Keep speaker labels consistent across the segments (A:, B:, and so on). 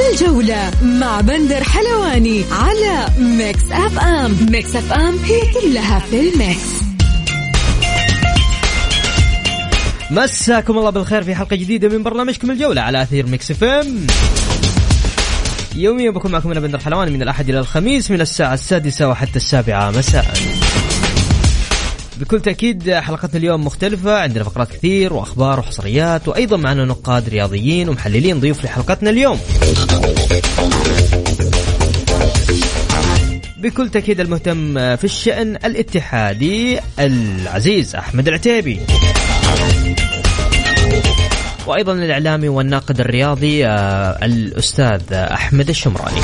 A: الجولة مع بندر حلواني على ميكس أف أم. ميكس أف أم هي كلها في الميكس.
B: مساكم الله بالخير في حلقة جديدة من برنامجكم الجولة على أثير ميكس أف أم. يوميا بكون معكم أنا بندر حلواني من الأحد إلى الخميس من الساعة 6 وحتى 7 مساء. بكل تأكيد حلقتنا اليوم مختلفة، عندنا فقرات كثير وأخبار وحصريات، وأيضا معنا نقاد رياضيين ومحللين ضيوف لحلقتنا اليوم. بكل تأكيد المهتم في الشأن الاتحادي العزيز أحمد العتيبي، وأيضا الإعلامي والناقد الرياضي الأستاذ أحمد الشمراني.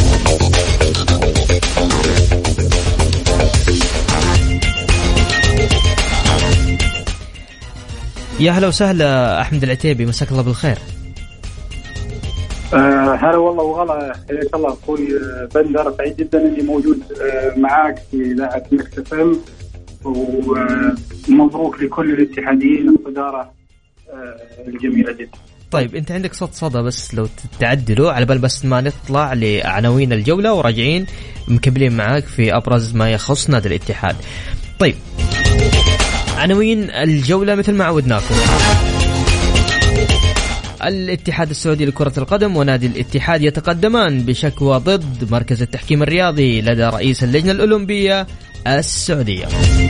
B: يا هلا وسهلا أحمد العتيبي، مساك الله بالخير.
C: هلا والله وغلا، حياك الله أخوي بندر، سعيد جدا أني موجود معاك في إذاعة ميكس أف أم، ومبروك لكل الاتحاديين الصدارة الجميلة جدا.
B: طيب أنت عندك صوت صدى، بس لو تعدلوا على بال بس ما نطلع لعناوين الجولة وراجعين مكملين معاك في أبرز ما يخص نادي الاتحاد. طيب عناوين الجولة مثل ما عودناكم: الاتحاد السعودي لكرة القدم ونادي الاتحاد يتقدمان بشكوى ضد مركز التحكيم الرياضي لدى رئيس اللجنة الأولمبية السعودية.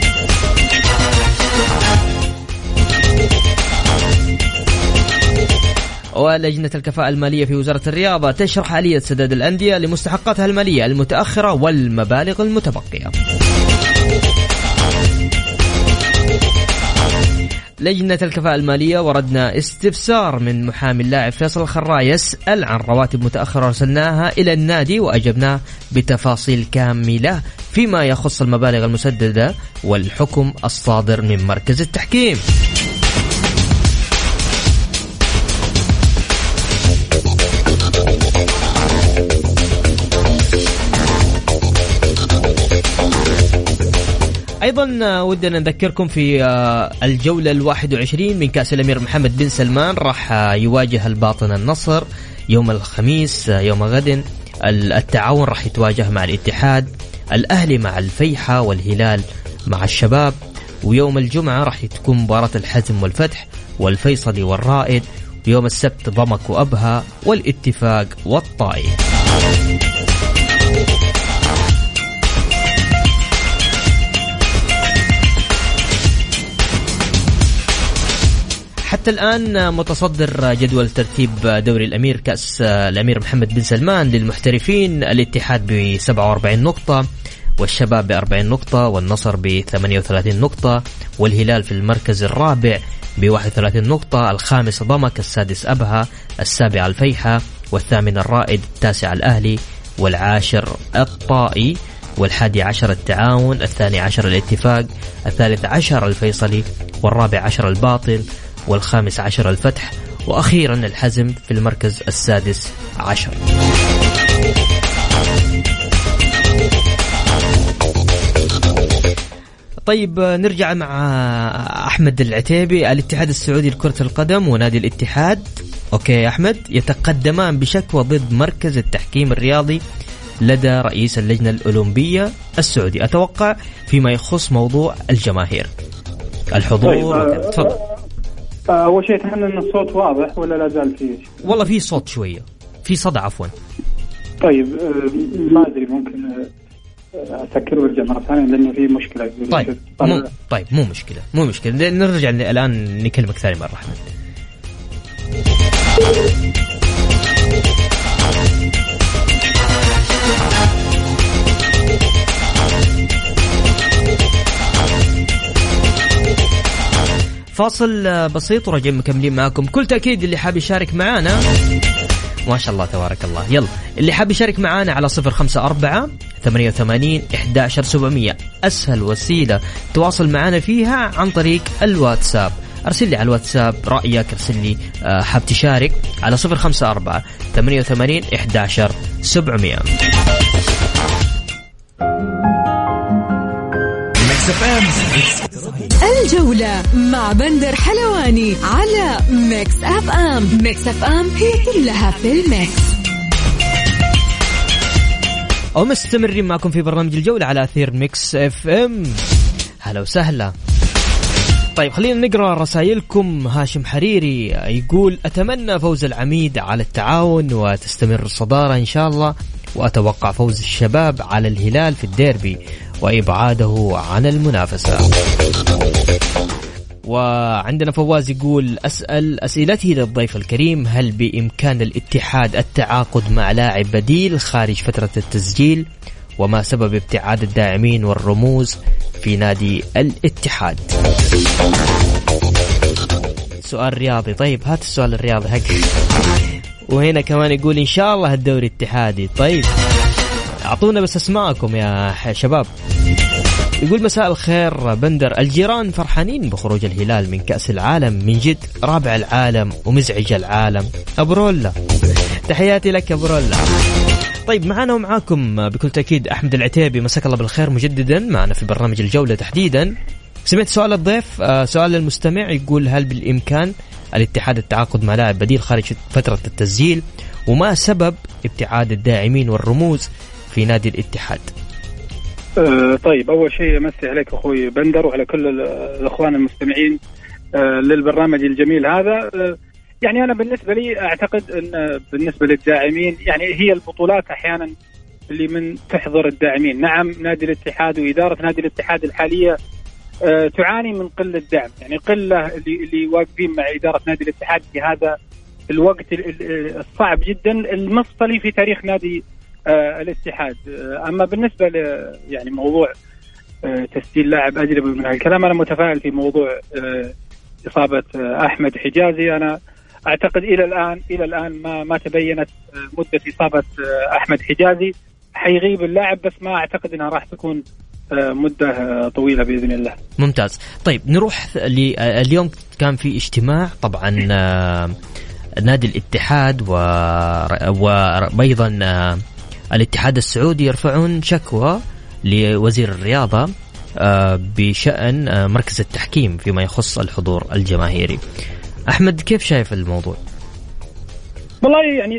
B: ولجنة الكفاءة المالية في وزارة الرياضة تشرح آلية سداد الأندية لمستحقاتها المالية المتأخرة والمبالغ المتبقية. لجنة الكفاءة المالية وردنا استفسار من محامي اللاعب فيصل الخراي يسأل عن رواتب متأخرة أرسلناها إلى النادي وأجبناه بتفاصيل كاملة فيما يخص المبالغ المسددة والحكم الصادر من مركز التحكيم. أيضا ودنا نذكركم في الجولة 21 من كأس الأمير محمد بن سلمان، راح يواجه الباطن النصر يوم الخميس يوم غد. التعاون راح يتواجه مع الاتحاد، الأهلي مع الفيحة، والهلال مع الشباب. ويوم الجمعة راح تكون مباراة الحزم والفتح والفيصلي والرائد، ويوم السبت ضمك وأبها والاتفاق والطائي. حتى الآن متصدر جدول ترتيب دوري الأمير كأس الأمير محمد بن سلمان للمحترفين الاتحاد ب47 نقطة، والشباب ب40 نقطة، والنصر ب38 نقطة، والهلال في المركز الرابع ب31 نقطة، الخامس ضمك، السادس أبها، السابع الفيحة، والثامن الرائد، التاسع الأهلي، والعاشر الطائي، والحادي عشر التعاون، الثاني عشر الاتفاق، الثالث عشر الفيصلي، والرابع عشر الباطن، والخامس عشر الفتح، وأخيرا الحزم في المركز السادس عشر. طيب نرجع مع أحمد العتيبي. الاتحاد السعودي لكرة القدم ونادي الاتحاد، أوكي أحمد، يتقدمان بشكوى ضد مركز التحكيم الرياضي لدى رئيس اللجنة الأولمبية السعودي، أتوقع فيما يخص موضوع الجماهير الحضور. تفضل.
C: أول شيء أتمنى أن الصوت واضح ولا لا زال فيه؟
B: والله فيه صوت شوية، في صدى عفوا. طيب
C: ما أدري، ممكن أسكر وارجع مرة ثانية لأنه في مشكلة.
B: طيب مو مشكلة نرجع الآن نكلمك ثاني مرة أحمد. فاصل بسيط وراجعين مكملين معاكم. كل تأكيد اللي حاب يشارك معانا، ما شاء الله تبارك الله، يلا اللي حاب يشارك معانا على 054-88-11700 أسهل وسيلة تواصل معانا فيها عن طريق الواتساب. أرسل لي على الواتساب رأيك، أرسل لي حاب تشارك على 054-88-11700.
A: الجولة مع بندر حلواني على ميكس أف أم. ميكس أف أم هي كلها في الميكس.
B: ومستمرين معكم في برنامج الجولة على أثير ميكس اف ام. هلا وسهلا. طيب خلينا نقرأ رسائلكم. هاشم حريري يقول أتمنى فوز العميد على التعاون وتستمر الصدارة إن شاء الله، وأتوقع فوز الشباب على الهلال في الديربي وإبعاده عن المنافسة. وعندنا فواز يقول أسأل أسئلتي للضيف الكريم، هل بإمكان الاتحاد التعاقد مع لاعب بديل خارج فترة التسجيل؟ وما سبب ابتعاد الداعمين والرموز في نادي الاتحاد؟ سؤال رياضي. طيب هات السؤال الرياضي حقك. وهنا كمان يقول إن شاء الله الدوري الاتحادي. طيب أعطونا بس اسماءكم يا شباب. يقول مساء الخير بندر، الجيران فرحانين بخروج الهلال من كأس العالم، من جد رابع العالم ومزعج العالم. أبرولا، تحياتي لك أبرولا. طيب معنا ومعاكم بكل تأكيد أحمد العتيبي، مساك الله بالخير مجددا معنا في برنامج الجولة تحديدا. سمعت سؤال الضيف، سؤال المستمع يقول هل بالإمكان الاتحاد التعاقد مع لاعب بديل خارج فترة التسجيل؟ وما سبب ابتعاد الداعمين والرموز في نادي الاتحاد؟
C: طيب أول شيء أمسي عليك أخوي بندر وعلى كل الأخوان المستمعين للبرنامج الجميل هذا. يعني أنا بالنسبة لي أعتقد أن بالنسبة للداعمين يعني هي البطولات أحيانا اللي من تحضر الداعمين. نعم نادي الاتحاد وإدارة نادي الاتحاد الحالية تعاني من قلة دعم، يعني قلة اللي واقفين مع إدارة نادي الاتحاد في هذا الوقت الصعب جدا المفصلي في تاريخ نادي الاتحاد. أما بالنسبة يعني موضوع تسجيل لاعب أجنبي من هالكلام، أنا متفائل في موضوع إصابة أحمد حجازي. أنا أعتقد إلى الآن ما تبينت مدة إصابة أحمد حجازي. حيغيب اللاعب بس ما أعتقد أنها راح تكون مدة طويلة بإذن الله.
B: ممتاز. طيب نروح اليوم كان في اجتماع طبعا نادي الاتحاد وأيضا الاتحاد السعودي يرفعون شكوى لوزير الرياضة بشأن مركز التحكيم فيما يخص الحضور الجماهيري. أحمد كيف شايف الموضوع؟
C: والله يعني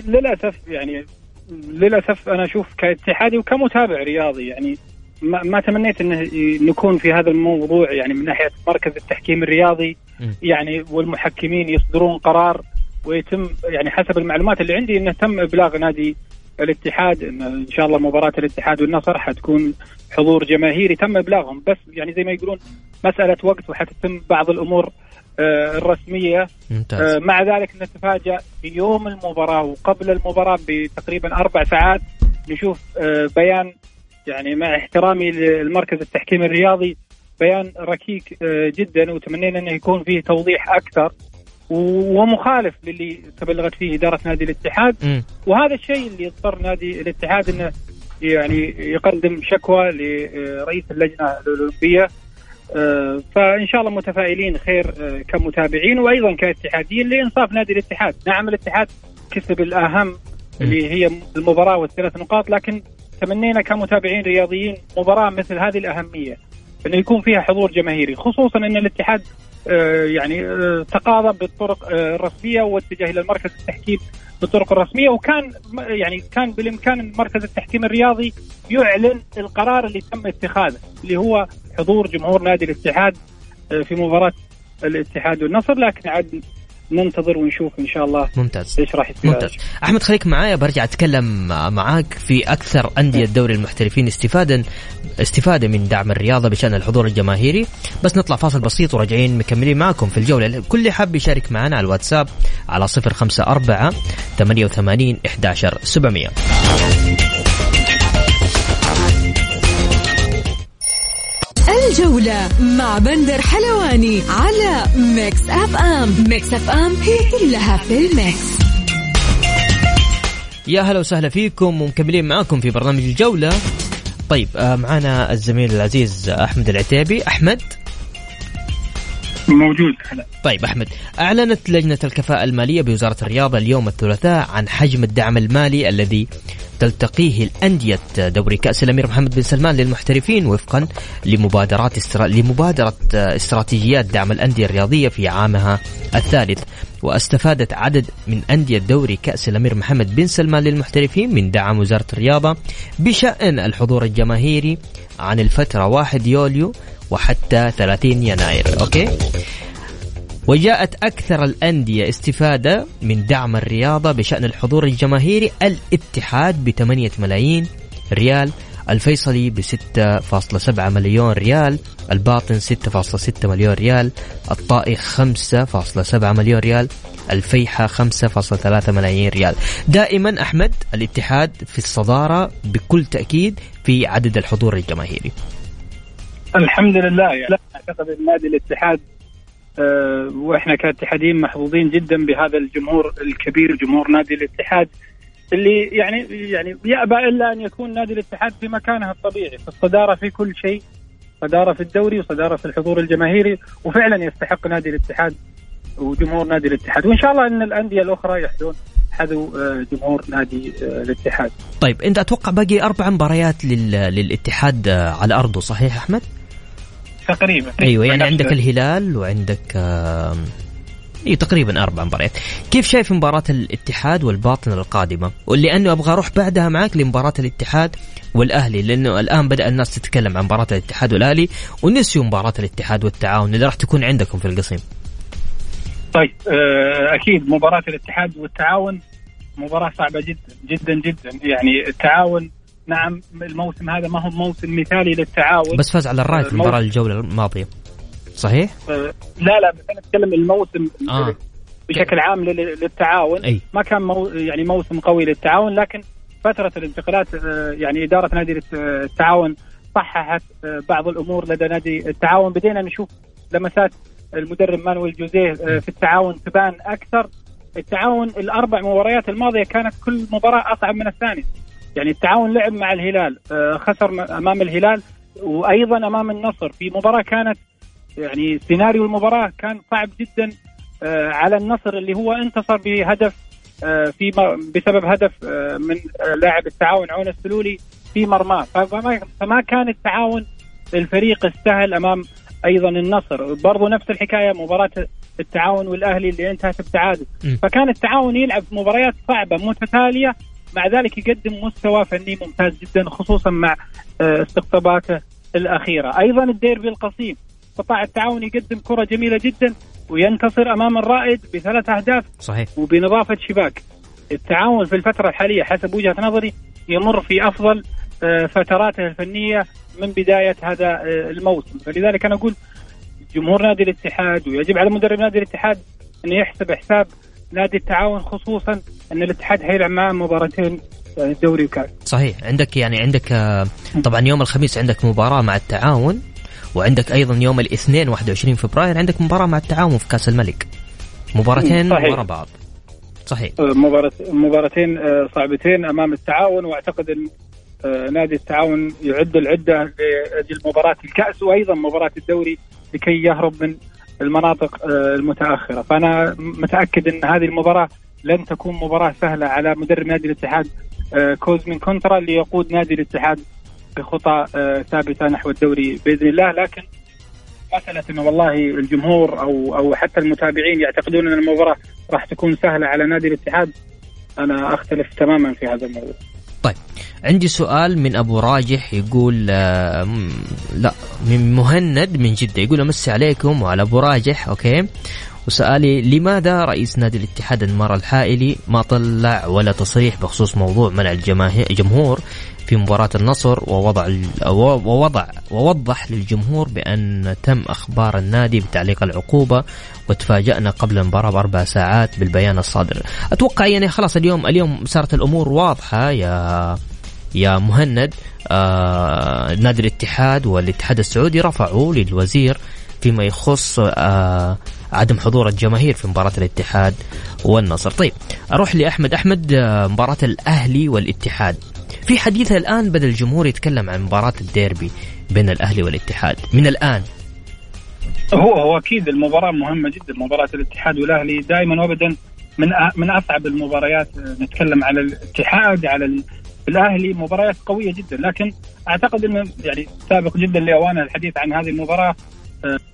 C: للأسف أنا أشوف كاتحادي وكمتابع رياضي يعني ما تمنيت أنه نكون في هذا الموضوع، يعني من ناحية مركز التحكيم الرياضي يعني والمحكمين يصدرون قرار ويتم يعني حسب المعلومات اللي عندي أنه تم إبلاغ نادي الاتحاد إن شاء الله مباراة الاتحاد والنصر حتكون حضور جماهيري، تم إبلاغهم. بس يعني زي ما يقولون مسألة وقت وحتتم بعض الأمور الرسمية. مع ذلك نتفاجأ في يوم المباراة وقبل المباراة بتقريبا 4 ساعات نشوف بيان، يعني مع احترامي للمركز التحكيم الرياضي بيان ركيك جدا، وتمنينا أنه يكون فيه توضيح أكثر ومخالف للي تبلغت فيه إدارة نادي الاتحاد. وهذا الشيء اللي يضطر نادي الاتحاد أنه يعني يقدم شكوى لرئيس اللجنة الأولمبية. فإن شاء الله متفائلين خير كمتابعين وأيضا كاتحاديين لإنصاف نادي الاتحاد. نعم الاتحاد كسب الأهم اللي هي المباراة وال3 نقاط، لكن تمنينا كمتابعين رياضيين مباراة مثل هذه الأهمية أنه يكون فيها حضور جماهيري، خصوصا أن الاتحاد يعني تقاضى بالطرق الرسمية واتجاه إلى المركز التحكيم بالطرق الرسمية، وكان يعني كان بالإمكان مركز التحكيم الرياضي يعلن القرار اللي تم اتخاذه اللي هو حضور جمهور نادي الاتحاد في مباراة الاتحاد والنصر، لكن عاد ننتظر ونشوف إن شاء الله.
B: ممتاز.
C: إيش راح يصير.
B: ممتاز. أحمد خليك معايا، برجع أتكلم معاك في أكثر أندية الدوري المحترفين استفادة من دعم الرياضة بشأن الحضور الجماهيري. بس نطلع فاصل بسيط وراجعين مكملين معكم في الجولة. كل حاب يشارك معنا على الواتساب على 054 88 11 700.
A: الجولة مع بندر حلواني على ميكس اف ام. ميكس اف ام هي كلها في الميكس.
B: يا هلا وسهلا فيكم ومكملين معاكم في برنامج الجولة. طيب معنا الزميل العزيز أحمد العتيبي. أحمد
C: موجود. هلا.
B: طيب أحمد، أعلنت لجنة الكفاءة المالية بوزارة الرياضة اليوم الثلاثاء عن حجم الدعم المالي الذي تلتقيه الأندية دوري كأس الأمير محمد بن سلمان للمحترفين وفقا لمبادرة استراتيجيات دعم الأندية الرياضية في عامها الثالث. واستفادت عدد من أندية دوري كأس الأمير محمد بن سلمان للمحترفين من دعم وزارة الرياضة بشأن الحضور الجماهيري عن الفترة 1 يوليو وحتى 30 يناير. أوكي. وجاءت أكثر الأندية استفادة من دعم الرياضة بشأن الحضور الجماهيري الاتحاد ب8 ملايين ريال، الفيصلي ب6.7 مليون ريال، الباطن 6.6 مليون ريال، الطائي 5.7 مليون ريال، الفيحة 5.3 ملايين ريال. دائما أحمد الاتحاد في الصدارة بكل تأكيد في عدد الحضور الجماهيري.
C: الحمد لله. يعني أعتقد أن نادي الاتحاد وإحنا كاتحادين محظوظين جدا بهذا الجمهور الكبير، جمهور نادي الاتحاد اللي يعني يأبى إلا أن يكون نادي الاتحاد في مكانه الطبيعي في الصدارة في كل شيء، صدارة في الدوري وصدارة في الحضور الجماهيري، وفعلا يستحق نادي الاتحاد وجمهور نادي الاتحاد، وإن شاء الله أن الأندية الأخرى يحذون حذو جمهور نادي الاتحاد.
B: طيب أنت أتوقع باقي 4 مباريات للاتحاد على أرضه، صحيح أحمد؟
C: تقريبا.
B: أيوة، يعني عندك الهلال وعندك تقريبا 4 مباريات. كيف شايف مباراة الاتحاد والباطن القادمة؟ واللي أنه أبغى أروح بعدها معك لمباراة الاتحاد والأهلي، لأنه الآن بدأ الناس تتكلم عن مباراة الاتحاد والأهلي ونسيوا مباراة الاتحاد والتعاون اللي راح تكون عندكم في القصيم.
C: طيب أكيد مباراة الاتحاد والتعاون مباراة صعبة جدا جدا جدا. يعني التعاون نعم الموسم هذا ما هو موسم مثالي للتعاون،
B: بس فاز على الراية في المباراة الجولة الماضية، صحيح؟
C: لا بس أنا أتكلم الموسم بشكل عام للتعاون. ما كان يعني موسم قوي للتعاون، لكن فترة الانتقالات يعني إدارة نادي التعاون صححت بعض الأمور لدى نادي التعاون. بدينا نشوف لمسات المدرب مانويل جوزيه في التعاون تبان أكثر. التعاون ال4 مباريات الماضية كانت كل مباراة أصعب من الثانية. يعني التعاون لعب مع الهلال، خسر أمام الهلال وأيضا أمام النصر في مباراة كانت يعني سيناريو المباراة كان صعب جدا على النصر اللي هو انتصر بهدف بسبب هدف من لاعب التعاون عون السلولي في مرماه. فما كان التعاون الفريق السهل أمام أيضا النصر. برضو نفس الحكاية مباراة التعاون والأهلي اللي انتهت بالتعادل. فكان التعاون يلعب مباريات صعبة متتالية، مع ذلك يقدم مستوى فني ممتاز جدا خصوصا مع استقطاباته الأخيرة. أيضا الديربي القصيم استطاع التعاون يقدم كرة جميلة جدا وينتصر أمام الرائد ب3 أهداف
B: صحيح
C: وبنظافة شباك. التعاون في الفترة الحالية حسب وجهة نظري يمر في أفضل فتراته الفنية من بداية هذا الموسم. فلذلك أنا أقول جمهور نادي الاتحاد ويجب على مدرب نادي الاتحاد أن يحسب حساب نادي التعاون، خصوصا أن الاتحاد هيلعب معه مباراتين دوري وكاس.
B: صحيح. عندك طبعا يوم الخميس عندك مباراة مع التعاون، وعندك أيضا يوم الاثنين 21 فبراير عندك مباراة مع التعاون في كأس الملك. مباراتين ورا بعض. صحيح.
C: مباراتين صعبتين أمام التعاون، وأعتقد أن نادي التعاون يعد العدة لأجل مباراة الكأس وأيضا مباراة الدوري لكي يهرب من المناطق المتأخرة. فأنا متأكد أن هذه المباراة لن تكون مباراة سهلة على مدرب نادي الاتحاد كوزمين كونترا اللي يقود نادي الاتحاد بخطى ثابتة نحو الدوري بإذن الله. لكن مسألة أنه والله الجمهور أو حتى المتابعين يعتقدون أن المباراة راح تكون سهلة على نادي الاتحاد، أنا أختلف تماما في هذا الموضوع.
B: طيب عندي سؤال من أبو راجح يقول لا من مهند من جدة، يقول أمسي عليكم وعلى أبو راجح. أوكي. وسؤالي لماذا رئيس نادي الاتحاد أنمار الحائلي ما طلع ولا تصريح بخصوص موضوع منع الجمهور في مباراة النصر ووضح للجمهور بأن تم أخبار النادي بتعليق العقوبة وتفاجأنا قبل المباراة ب4 ساعات بالبيان الصادر. أتوقع يعني خلاص اليوم صارت الأمور واضحة يا مهند. نادي الاتحاد والاتحاد السعودي رفعوا للوزير فيما يخص عدم حضور الجماهير في مباراة الاتحاد والنصر. طيب أروح لأحمد. مباراة الأهلي والاتحاد في حديث الآن بدأ الجمهور يتكلم عن مباراة الديربي بين الأهلي والاتحاد من الآن.
C: هو أكيد المباراة مهمة جدا. مباراة الاتحاد والأهلي دائما وابدا من أصعب المباريات. نتكلم على الاتحاد على الأهلي مباريات قوية جدا، لكن أعتقد أنه يعني سابق جدا لأوان الحديث عن هذه المباراة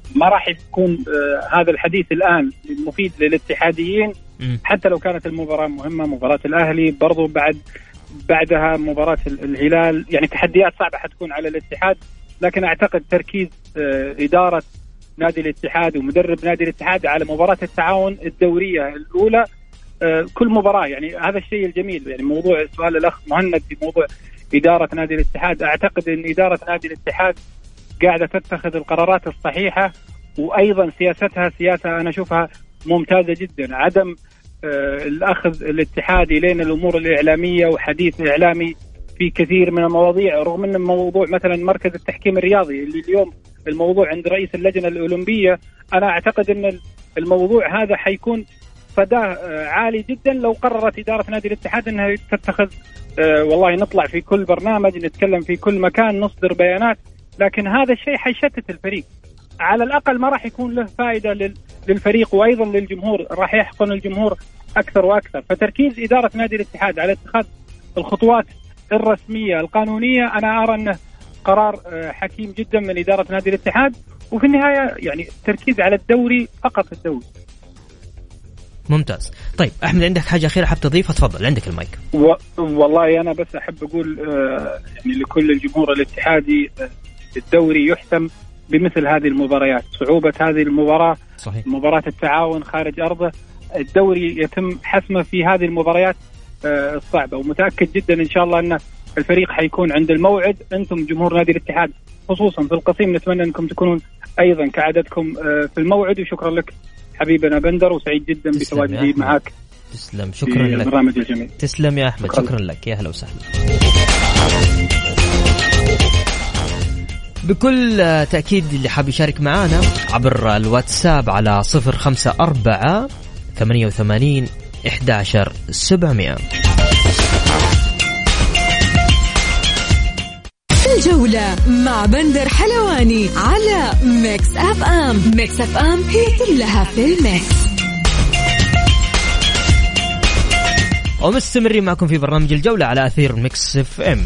C: ما راح يكون هذا الحديث الآن مفيد للاتحاديين، حتى لو كانت المباراة مهمة. مباراة الأهلي برضو بعدها مباراة الهلال، يعني تحديات صعبة حتكون على الاتحاد. لكن أعتقد تركيز إدارة نادي الاتحاد ومدرب نادي الاتحاد على مباراة التعاون الدورية الأولى كل مباراة. يعني هذا الشيء الجميل. يعني موضوع سؤال الأخ مهند في موضوع إدارة نادي الاتحاد، أعتقد أن إدارة نادي الاتحاد قاعدة تتخذ القرارات الصحيحة، وأيضا سياستها سياسة أنا أشوفها ممتازة جدا. عدم الأخذ الاتحادي لين الأمور الإعلامية وحديث إعلامي في كثير من المواضيع، رغم أن موضوع مثلا مركز التحكيم الرياضي اللي اليوم الموضوع عند رئيس اللجنة الأولمبية، أنا أعتقد أن الموضوع هذا حيكون فداه عالي جدا لو قررت إدارة نادي الاتحاد أنها تتخذ والله نطلع في كل برنامج، نتكلم في كل مكان، نصدر بيانات. لكن هذا الشيء حيشتت الفريق، على الأقل ما راح يكون له فائدة للفريق وأيضا للجمهور، راح يحقن الجمهور أكثر وأكثر. فتركيز إدارة نادي الاتحاد على اتخاذ الخطوات الرسمية القانونية أنا أرى أنه قرار حكيم جدا من إدارة نادي الاتحاد. وفي النهاية يعني تركيز على الدوري فقط، الدوري.
B: ممتاز. طيب أحمد، عندك حاجة أخيرة حاب تضيفها؟ تفضل، عندك المايك.
C: والله أنا بس أحب أقول يعني لكل الجمهور الاتحادي، الدوري يحسم بمثل هذه المباريات. صعوبة هذه المباراة صحيح. مباراة التعاون خارج أرضه، الدوري يتم حسمه في هذه المباريات الصعبة، ومتأكد جدا إن شاء الله أن الفريق حيكون عند الموعد. أنتم جمهور نادي الاتحاد خصوصا في القصيم نتمنى أنكم تكونون أيضا كعادتكم في الموعد. وشكرا لك حبيبنا بندر، وسعيد جدا بتواجدي معك.
B: تسلم، شكرا لك.
C: البرنامج الجميل.
B: تسلم يا أحمد، شكرا لك، يا هلا وسهلا. بكل تأكيد اللي حاب يشارك معنا عبر الواتساب على 054-88-11700.
A: الجولة مع بندر حلواني على ميكس أف أم. ميكس أف أم هي كلها في الميكس.
B: ومستمرين معكم في برنامج الجولة على أثير ميكس أف أم.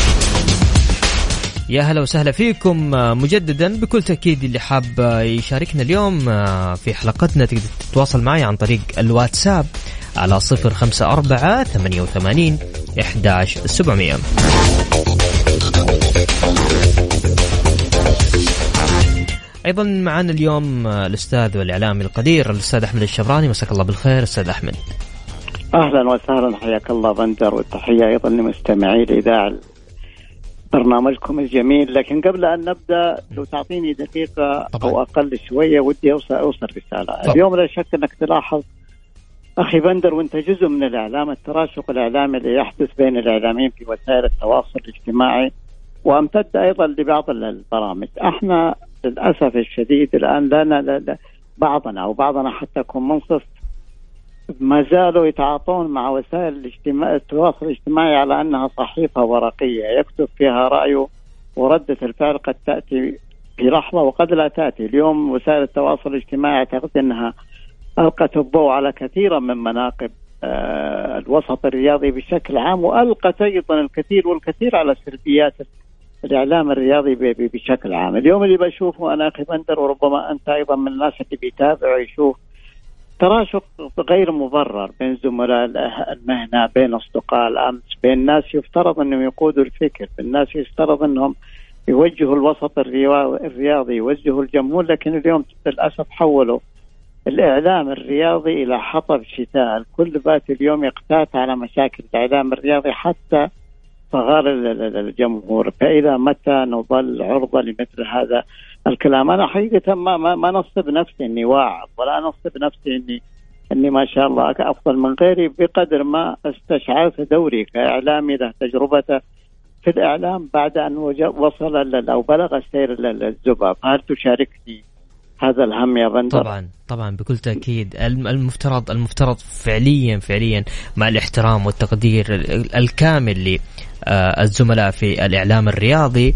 B: يا هلا وسهلا فيكم مجددا. بكل تأكيد اللي حاب يشاركنا اليوم في حلقتنا تقدر تتواصل معي عن طريق الواتساب على 054-88-11700. أيضا معنا اليوم الأستاذ والإعلامي القدير الأستاذ أحمد الشبراني. مساك الله بالخير أستاذ أحمد.
D: أهلا وسهلا، حياك الله بندر، والتحية أيضا لمستمعي الإذاعة برنامجكم الجميل. لكن قبل أن نبدأ لو تعطيني دقيقة طبعا. أو أقل شوية ودي أوصل رسالة. اليوم لا شك أنك تلاحظ أخي بندر وأنت جزء من الإعلام التراشق الإعلامي اللي يحدث بين الإعلاميين في وسائل التواصل الاجتماعي، وأمتد أيضا لبعض البرامج. احنا للأسف الشديد الآن لنا بعضنا أو بعضنا حتى يكون منصف ما زالوا يتعاطون مع وسائل التواصل الاجتماعي على أنها صحيفة ورقية يكتب فيها رأيه، وردة الفعل قد تأتي في لحظة وقد لا تأتي. اليوم وسائل التواصل الاجتماعي أعتقد أنها ألقت الضوء على كثيرا من مناقب الوسط الرياضي بشكل عام، وألقت أيضا الكثير والكثير على سلبيات الإعلام الرياضي بشكل عام. اليوم اللي بشوفه أنا أخي بندر، وربما أنت أيضا من الناس اللي بيتابع ويشوف، تراشق غير مبرر بين زملاء المهنة، بين أصدقاء الأمس، بين ناس يفترض أنهم يقودوا الفكر، بين ناس يفترض أنهم يوجهوا الوسط الرياضي، يوجهوا الجمهور. لكن اليوم للأسف حولوا الإعلام الرياضي إلى حطب شتاء. الكل بات اليوم يقتات على مشاكل الإعلام الرياضي حتى صغار الجمهور. فإذا متى نظل عرضة لمثل هذا الكلام؟ أنا حقيقة ما نصب نفسي إني واعظ، ولا نصب نفسي إني ما شاء الله أفضل من غيري، بقدر ما استشعرت دوري كإعلامي له تجربته في الإعلام بعد أن وصل أو بلغ سير الزباب. هل تشاركني هذا الهم يا بندر؟
B: طبعا بكل تأكيد. المفترض فعليا مع الاحترام والتقدير الكامل للزملاء في الإعلام الرياضي،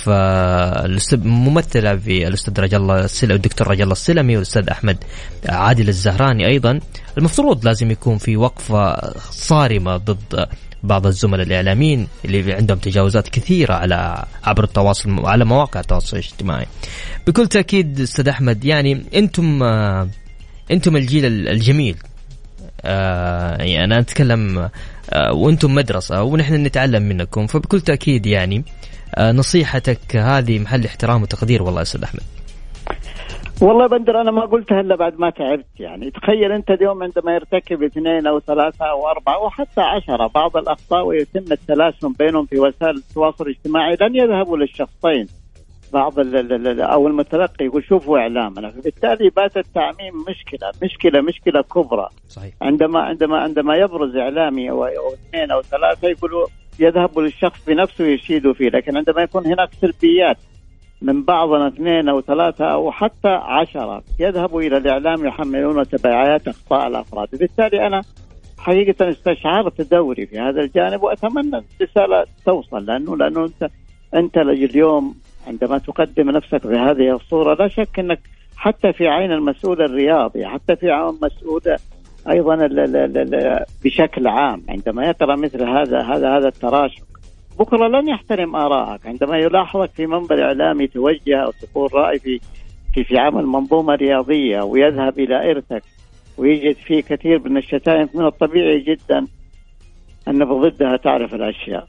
B: فممثلة في الأستاذ الدكتور رجل الله السلمي والأستاذ أحمد عادل الزهراني أيضا، المفترض لازم يكون في وقفة صارمة ضد بعض الزملاء الإعلاميين اللي عندهم تجاوزات كثيرة على عبر التواصل على مواقع التواصل الاجتماعي. بكل تأكيد أستاذ أحمد، يعني أنتم الجيل الجميل، يعني أنا أتكلم وأنتم مدرسة ونحن نتعلم منكم، فبكل تأكيد يعني نصيحتك هذه محل احترام وتقدير والله أستاذ أحمد.
D: والله بندر أنا ما قلتها إلا بعد ما تعبت. يعني تخيل أنت اليوم عندما يرتكب 2 أو 3 أو 4 وحتى 10 بعض الأخطاء ويتم التلاسن بينهم في وسائل التواصل الاجتماعي، لن يذهبوا للشخصين بعض أو المتلقي يقول شوفوا إعلامنا، فبالتالي بات التعميم مشكلة كبرى.
B: صحيح.
D: عندما يبرز إعلامي أو 2 أو 3 يقولوا يذهبوا للشخص بنفسه يشيدوا فيه، لكن عندما يكون هناك سلبيات من بعضنا 2 أو 3 أو حتى 10 يذهبوا إلى الإعلام يحملون تبعات أخطاء الأفراد. بالتالي أنا حقيقة استشعرت دوري في هذا الجانب، وأتمنى الرسالة توصل، لأنه أنت اليوم عندما تقدم نفسك بهذه الصورة لا شك أنك حتى في عين المسؤول الرياضي، حتى في عين مسؤول أيضا بشكل عام، عندما يقرأ مثل هذا التراشق بكرة لن يحترم آراءك. عندما يلاحظك في منبر إعلامي توجه أو تقول رأي في عمل منظومة رياضية ويذهب إلى إرثك ويجد فيه كثير من الشتائم، من الطبيعي جدا أن ضدها تعرف الأشياء.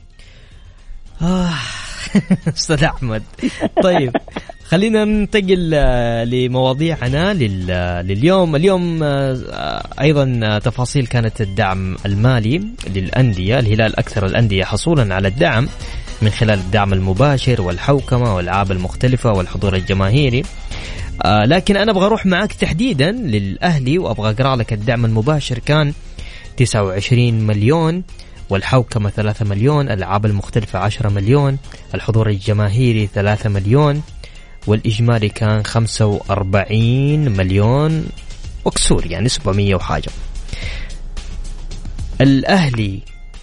B: أستاذ أحمد، طيب خلينا ننتقل لمواضيعنا لليوم. اليوم أيضا تفاصيل كانت الدعم المالي للأندية. الهلال أكثر الأندية حصولا على الدعم من خلال الدعم المباشر والحوكمة والألعاب المختلفة والحضور الجماهيري، لكن أنا أبغى أروح معك تحديدا للأهلي وأبغى أقرأ لك الدعم المباشر كان 29 مليون، والحوكمة 3 مليون، الألعاب المختلفة 10 مليون، الحضور الجماهيري 3 مليون، والإجمالي كان 45 مليون وكسور، يعني 700 وحاجة. الأهلي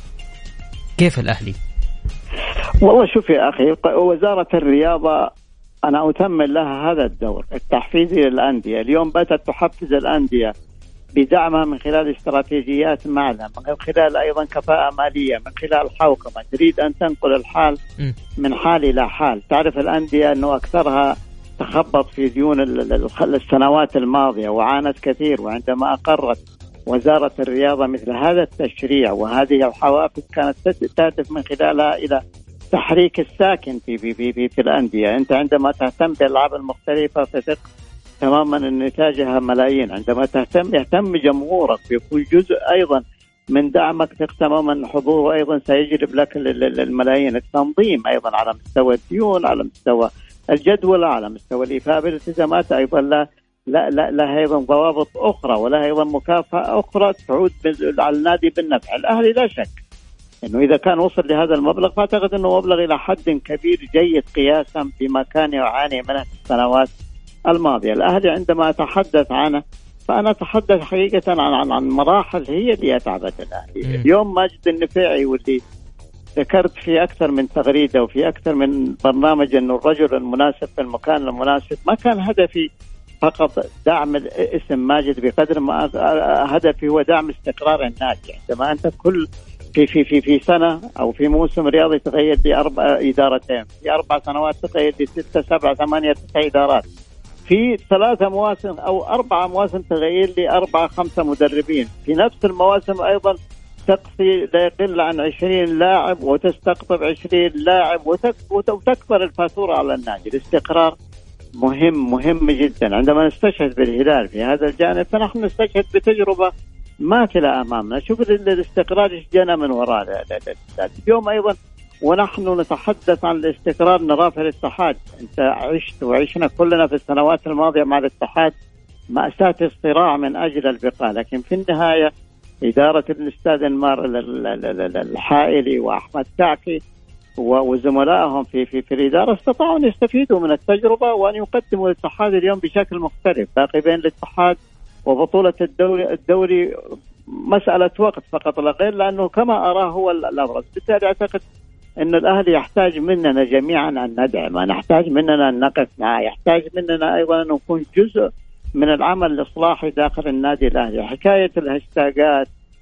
B: كيف الأهلي؟
D: والله شوف يا أخي، وزارة الرياضة أنا أتمنى لها هذا الدور التحفيزي للأندية. اليوم بدأت تحفز الأندية بدعمها من خلال استراتيجيات معلنة، من خلال أيضا كفاءة مالية، من خلال حوكمة تريد أن تنقل الحال من حال إلى حال. تعرف الأندية أنه أكثرها تخبط في ديون السنوات الماضية وعانت كثير، وعندما أقرت وزارة الرياضة مثل هذا التشريع وهذه الحوافز كانت تهدف من خلالها إلى تحريك الساكن في الأندية. أنت عندما تهتم بالألعاب المختلفة فتق تماما أن نتاجها ملايين، عندما يهتم جمهورك بيكون جزء أيضا من دعمك، تماما حضوره أيضا سيجلب لك الملايين. التنظيم أيضا على مستوى الديون، على مستوى الجدول، على مستوى الإيفاء بالالتزامات، أيضا لا أيضا ضوابط أخرى ولا أيضا مكافأة أخرى تعود على النادي بالنفع. الأهلي لا شك إنه إذا كان وصل لهذا المبلغ فأعتقد إنه مبلغ إلى حد كبير جيد قياسا بما كان يعاني منه في السنوات الماضية. الأهلي عندما أتحدث عنه فأنا أتحدث حقيقة عن مراحل هي اللي أتعبت الأهلي. اليوم ماجد النفيعي واللي ذكرت في أكثر من تغريدة وفي أكثر من برنامج أنه الرجل المناسب في المكان المناسب، ما كان هدفي فقط دعم اسم ماجد بقدر ما هدفي هو دعم استقرار النادي. عندما أنت كل في سنة أو في موسم رياضي تغير لي 4 إدارتين، في 4 سنوات تغير لي 6 7 8 9 إدارات، في 3 مواسم أو 4 مواسم تغير لي 4 5 مدربين، في نفس المواسم أيضا تقصي لا يقل عن 20 لاعب وتستقطب 20 لاعب وتكبر الفاتورة على النادي. الاستقرار مهم جدا. عندما نستشهد بالهلال في هذا الجانب فنحن نستشهد بتجربة ماثلة أمامنا. شوف الاستقرار ايش جانا من وراء اليوم أيضا، ونحن نتحدث عن الاستقرار نراه في الاتحاد. أنت عشت وعشنا كلنا في السنوات الماضية مع الاتحاد مأساة الصراع من أجل البقاء، لكن في النهاية إدارة الأستاذ انمار الحائلي وأحمد كعكي وزملائهم في الإدارة استطاعوا أن يستفيدوا من التجربة وأن يقدموا الاتحاد اليوم بشكل مختلف. باقي بين الاتحاد وبطولة الدوري مسألة وقت فقط لا غير، لأنه كما أراه هو الأبرز. بالتالي أعتقد أن الأهلي يحتاج مننا جميعا أن ندعم، نحتاج مننا أن نقف معه، يحتاج مننا أيضا أن نكون جزء من العمل الإصلاحي داخل النادي الأهلي. حكاية الهاشتاجات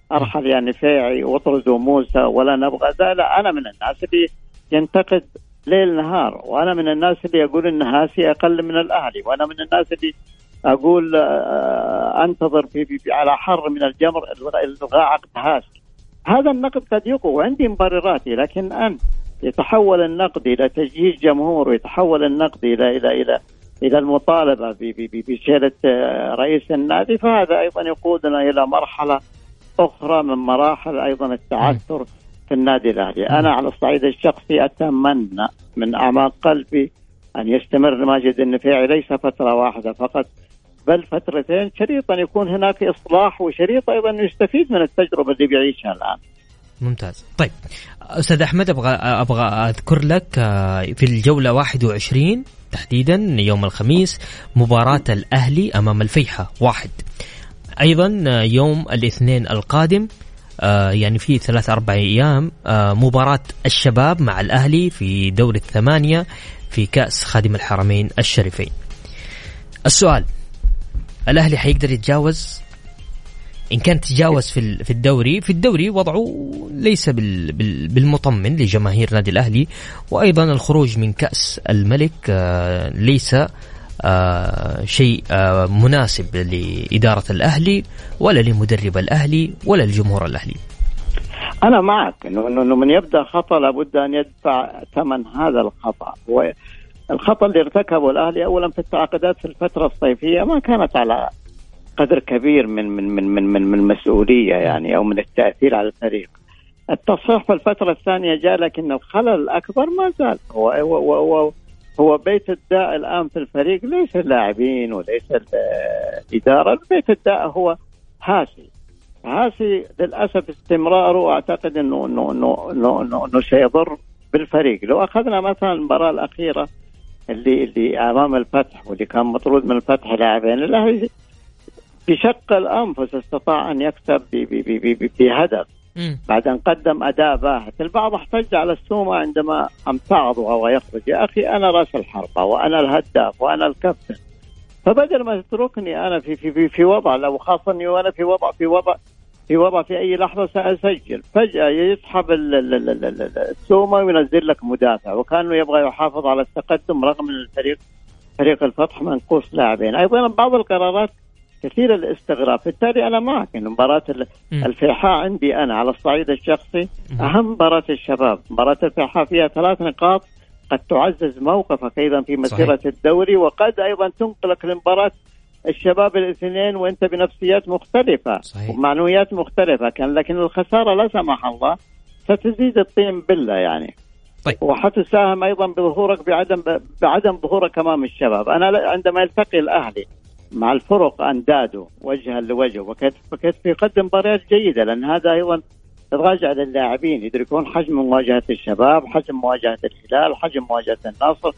D: أرحل يا نفيعي واطردوا موسى ولا نبغى ذا. لا، أنا من الناس اللي ينتقد ليل نهار، وأنا من الناس اللي يقول إن هاسي أقل من الأهلي، وأنا من الناس اللي أقول أنتظر على حر من الجمر إلغاء عقد هاسي. هذا النقد قد يقوى وعندي مبرراتي، لكن أن يتحول النقد إلى تجهيز جمهور، ويتحول النقد إلى المطالبة بشيلة رئيس النادي، فهذا أيضا يقودنا إلى مرحلة أخرى من مراحل أيضا التعثر في النادي الأهلي. أنا على الصعيد الشخصي أتمنى من أعماق قلبي أن يستمر ماجد النفيعي ليس فترة واحدة فقط بل فترتين، شريطا يكون هناك إصلاح، وشريط أيضا يستفيد من التجربة اللي بيعيشها الآن.
B: ممتاز. طيب أستاذ أحمد، أبغى أذكر لك في الجولة 21 تحديدا يوم الخميس مباراة الأهلي أمام الفيحة 1. أيضا يوم الاثنين القادم يعني في 3-4 أيام مباراة الشباب مع الأهلي في دور الثمانية في كأس خادم الحرمين الشريفين. السؤال: الأهلي حيقدر يتجاوز؟ إن كان تجاوز في الدوري وضعه ليس بالمطمن لجماهير نادي الأهلي، وأيضا الخروج من كأس الملك ليس شيء مناسب لإدارة الأهلي ولا لمدرب الأهلي ولا لجمهور الأهلي.
D: أنا معك إنه من يبدأ خطأ لابد أن يدفع ثمن هذا الخطأ. والخطأ اللي ارتكبه الأهلي أولا في التعاقدات في الفترة الصيفية ما كانت على قدر كبير من مسؤولية يعني أو من التأثير على الفريق. التصحيح في الفترة الثانية جاء، لكن الخلل الأكبر ما زال هو بيت الداء الآن في الفريق، ليس اللاعبين وليس الإدارة. بيت الداء هو هاسي للأسف استمراره أعتقد إنه سيضر بالفريق. لو أخذنا مثلا المباراة الأخيرة اللي أمام الفتح واللي كان مطرود من الفتح لاعبين، الأهلي بشق الأنفس استطاع أن يكسب بهدف بعد أن قدم أداء باهت. البعض احتج على السومة عندما امتعض وهو يخرج. يا أخي أنا رأس الحربة وأنا الهداف وأنا الكابتن، فبدل ما تتركني أنا في وضع، لو خاصني وأنا في وضع في أي لحظة سأسجل، فجأة يسحب السومة وينزل لك مدافع، وكانه يبغى يحافظ على التقدم رغم أن فريق الفتح منقوص لاعبين. أيضا بعض القرارات كثير الاستغراب. بالتالي أنا معك إن مباراة الفيحاء عندي أنا على الصعيد الشخصي أهم مباراة الشباب. مباراة الفيحاء فيها 3 نقاط قد تعزز موقفك أيضا في مسيرة الدوري، وقد أيضا تنقلك لمباراة الشباب الاثنين وأنت بنفسيات مختلفة ومعنويات مختلفة لكن الخسارة لا سمح الله ستزيد الطين بلة يعني.
B: طيب.
D: وحتساهم أيضا بظهورك بعدم ظهورك أمام الشباب. أنا عندما يلتقي الأهلي مع الفرق أنداده وجها لوجه وكيف يقدم مباريات جيدة، لأن هذا أيضا راجع للاعبين يدركون حجم مواجهة الشباب، حجم مواجهة الهلال، حجم مواجهة النصر،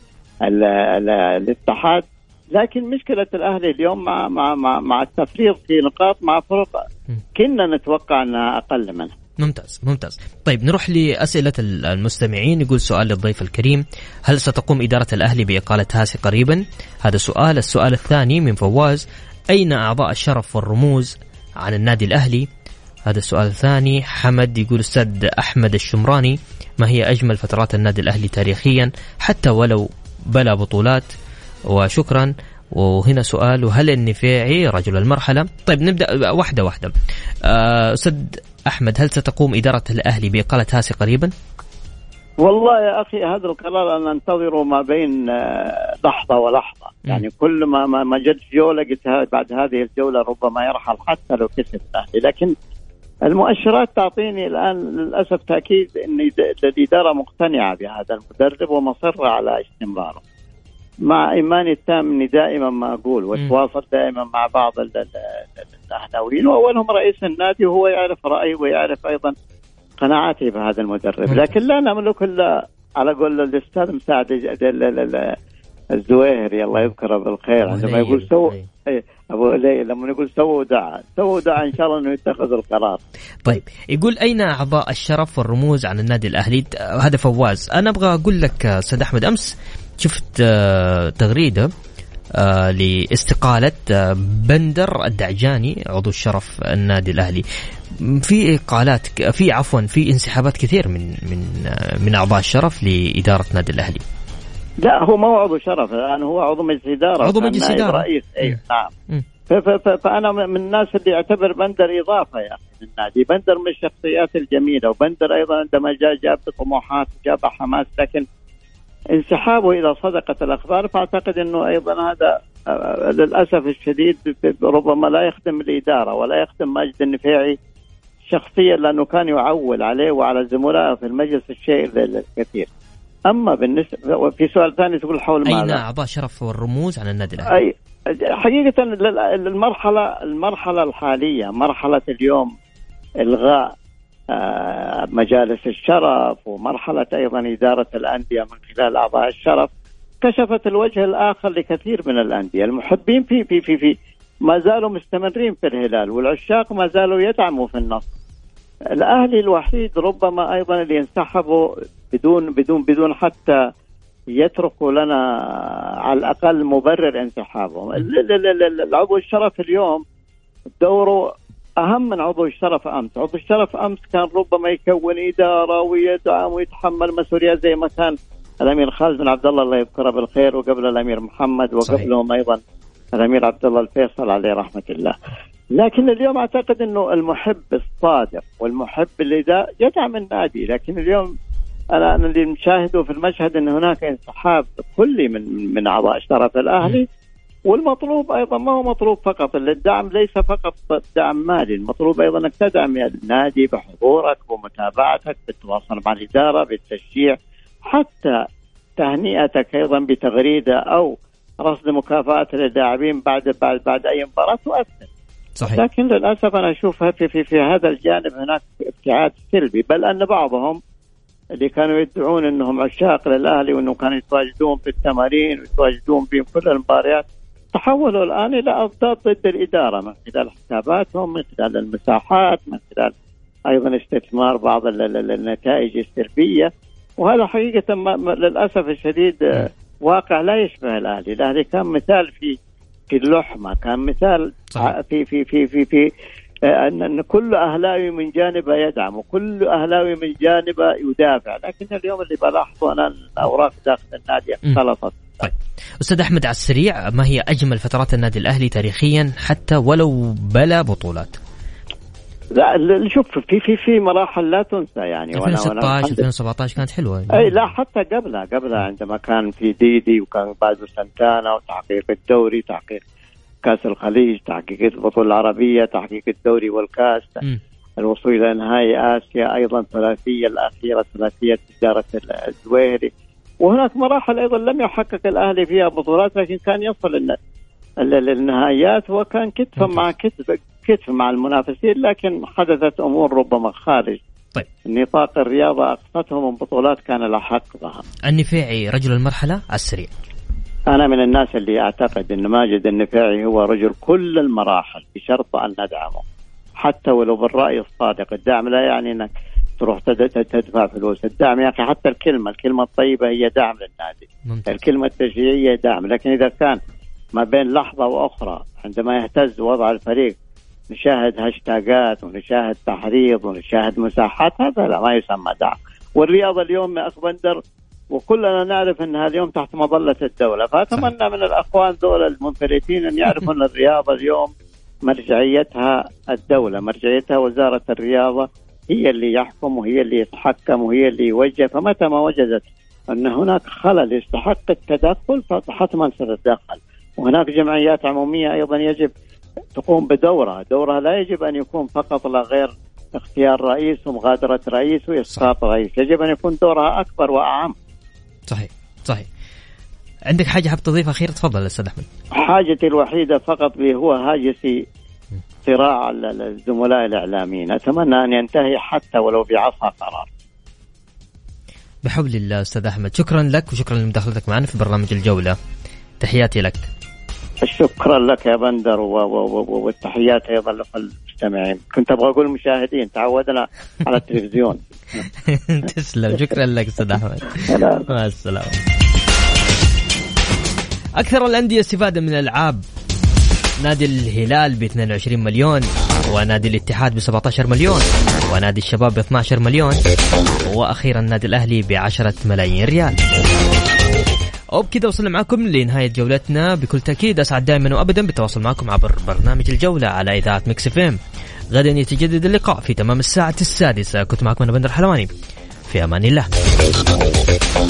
D: الاتحاد. لكن مشكلة الأهلي اليوم مع التفريط في نقاط مع فرق كنا نتوقع أنها أقل منها.
B: ممتاز. طيب نروح لأسئلة المستمعين. يقول سؤال للضيف الكريم: هل ستقوم إدارة الأهلي بإقالة هاسي قريبا؟ هذا سؤال. السؤال الثاني من فواز: أين أعضاء الشرف والرموز عن النادي الأهلي؟ هذا السؤال الثاني. حمد يقول: أستاذ أحمد الشمراني، ما هي أجمل فترات النادي الأهلي تاريخيا حتى ولو بلا بطولات؟ وشكرا. وهنا سؤال: هل النفيعي رجل المرحلة؟ طيب نبدأ واحدة. أستاذ أحمد، هل ستقوم إدارة الأهلي بإقالة هاسي قريبا؟
D: والله يا أخي هذا القرار أن ننتظره ما بين لحظة ولحظة. يعني كل ما جت جولة قلت بعد هذه الجولة ربما يرحل حتى لو كسب الأهلي، لكن المؤشرات تعطيني الآن للأسف تأكيد أن الإدارة مقتنعة بهذا المدرب ومصرة على استمراره، مع إيماني التام أني دائما ما أقول وتواصل دائما مع بعض الأهلاويين، وأولهم رئيس النادي، وهو يعرف رأيي ويعرف أيضا قناعاتي بهذا المدرب. لكن لا نملك إلا على قول الأستاذ مساعد الزويهري الله يذكره بالخير عندما يقول أبو لي لما يقول سووا دعاء إن شاء الله إنه يتخذ القرار.
B: طيب يقول: أين أعضاء الشرف والرموز عن النادي الأهلي؟ هذا فواز. أنا أبغى أقول لك أستاذ أحمد، أمس شفت تغريدة لاستقالة بندر الدعجاني عضو الشرف النادي الأهلي. في إقالات في انسحابات كثير من أعضاء الشرف لإدارة نادي الأهلي.
D: لا هو ما هو عضو شرف الآن، هو عضو مجلس إدارة،
B: عضو مجلس إدارة
D: رئيس. نعم. فأنا من الناس اللي يعتبر بندر إضافة يا أخي للنادي. بندر من الشخصيات الجميلة، وبندر أيضا عندما جاب بطموحات وجاب حماس، لكن انسحابه إذا صدقت الأخبار فأعتقد أنه أيضا هذا للأسف الشديد ربما لا يخدم الإدارة ولا يخدم ماجد النفيعي شخصيا، لأنه كان يعول عليه وعلى زملائه في المجلس الشيء الكثير. أما بالنسبة في سؤال ثاني تقول حول ماذا؟
B: أين أعضاء شرف والرموز عن النادي الأهلي؟
D: حقيقة المرحلة الحالية، مرحلة اليوم إلغاء مجالس الشرف، ومرحلة أيضا إدارة الأندية من خلال أعضاء الشرف، كشفت الوجه الآخر لكثير من الأندية. المحبين في ما زالوا مستمرين في الهلال، والعشاق ما زالوا يدعموا في النصر. الأهلي الوحيد ربما أيضا اللي ينسحبوا بدون حتى يتركوا لنا على الأقل مبرر انسحابهم. العضو الشرف اليوم دوره أهم من عضو الشرف أمس. عضو الشرف أمس كان ربما يكون إدارة ويدعم ويتحمل مسؤوليات زي ما كان الأمير خالد بن عبد الله يذكره بالخير، وقبل الأمير محمد، وقبلهم أيضا الأمير عبد الله الفيصل عليه رحمة الله. لكن اليوم أعتقد أنه المحب الصادق والمحب اللي يدعم النادي. لكن اليوم أنا اللي مشاهده في المشهد أن هناك انسحاب كلي من أعضاء شرف الأهلي. والمطلوب أيضا ما هو مطلوب فقط الدعم، ليس فقط دعم مالي، المطلوب أيضا أنك تدعم النادي بحضورك ومتابعتك، بالتواصل مع الإدارة، بالتشجيع، حتى تهنئتك أيضا بتغريدة أو رصد مكافآت للاعبين بعد أي مباراة تؤثر.
B: صحيح.
D: لكن للأسف أنا أشوفها في هذا الجانب هناك ابتعاد سلبي، بل أن بعضهم اللي كانوا يدعون أنهم عشاق للأهلي وأنهم كانوا يتواجدون في التمارين ويتواجدون في كل المباريات، تحولوا الآن إلى أضداد ضد الإدارة من خلال حساباتهم، من خلال المساحات، من خلال أيضا استثمار بعض النتائج السلبية. وهذا حقيقة للأسف الشديد واقع لا يشبه الأهلي. الأهلي كان مثال في اللحمة، كان مثال في أن كل أهلاوي من جانبه يدعم وكل أهلاوي من جانبه يدافع. لكن اليوم اللي بلاحظه أنا الأوراق داخل النادي اختلطت.
B: طيب أستاذ أحمد، على السريع، ما هي أجمل فترات النادي الأهلي تاريخيا حتى ولو بلا بطولات؟
D: لا شوف في مراحل لا تنسى يعني.
B: 2016 2017 كانت حلوة.
D: أي لا حتى قبلها عندما كان في ديدي وكان بعده سنتانا، وتحقيق الدوري، تحقيق كأس الخليج، تحقيق البطولة العربية، تحقيق الدوري والكأس، الوصول إلى نهائي آسيا، أيضا ثلاثية الأخيرة، ثلاثية تجارة الزويري. وهناك مراحل أيضا لم يحقق الأهلي فيها بطولات، لكن كان يصل للنهائيات وكان كتف مع كتف مع المنافسين، لكن حدثت أمور ربما خارج نطاق الرياضة أقصتهم من بطولات كان لحق بها.
B: النفيعي رجل المرحلة على السريع.
D: أنا من الناس اللي أعتقد أن ماجد النفيعي هو رجل كل المراحل بشرط أن ندعمه، حتى ولو بالرأي الصادق. الدعم لا يعني أنك تروح تدفع فلوس. الدعم يا أخي حتى الكلمة الطيبة هي دعم للنادي. ممتاز. الكلمة التشجيعية دعم. لكن إذا كان ما بين لحظة وأخرى عندما يهتز وضع الفريق نشاهد هاشتاجات ونشاهد تحريض ونشاهد مساحات، هذا لا ما يسمى دعم. والرياضة اليوم يا أخ بندر وكلنا نعرف أنها اليوم تحت مظلة الدولة، فأتمنى من الأخوان ذول المنفلتين أن يعرفوا أن الرياضة اليوم مرجعيتها الدولة، مرجعيتها وزارة الرياضة، هي اللي يحكم وهي اللي يتحكم وهي اللي يوجه. فمتى ما وجدت أن هناك خلل يستحق التدخل فحتما ستتدخل. وهناك جمعيات عمومية أيضا يجب تقوم بدورها لا يجب أن يكون فقط لا غير اختيار رئيس ومغادرة رئيس وإسقاط رئيس، يجب أن يكون دورها أكبر وأعم.
B: صحيح. عندك حاجة حاب تضيفها أخيرا؟ تفضل أستاذ أحمد.
D: حاجتي الوحيدة فقط هو هاجسي صراع الزملاء الإعلاميين، أتمنى أن ينتهي حتى ولو بعصا قرار.
B: بحول الله أستاذ أحمد، شكرا لك وشكرا لمداخلتك معنا في برنامج الجولة. تحياتي لك.
D: شكرا لك يا بندر والتحيات أيضا للمستمعين. كنت أبغى أقول المشاهدين، تعودنا على التلفزيون.
B: تسلم، شكرا لك أستاذ أحمد. مع السلامة. أكثر الأندية استفادة من الألعاب: نادي الهلال ب 22 مليون، ونادي الاتحاد ب 17 مليون، ونادي الشباب ب 12 مليون، وأخيرا النادي الأهلي ب 10 ملايين ريال. وبكذا وصلنا معكم لنهاية جولتنا. بكل تأكيد أسعد دائما وأبدا بالتواصل معكم عبر برنامج الجولة على إذاعة ميكس اف ام. غدا يتجدد اللقاء في تمام الساعة 6. كنت معكم أنا بندر حلواني، في أمان الله.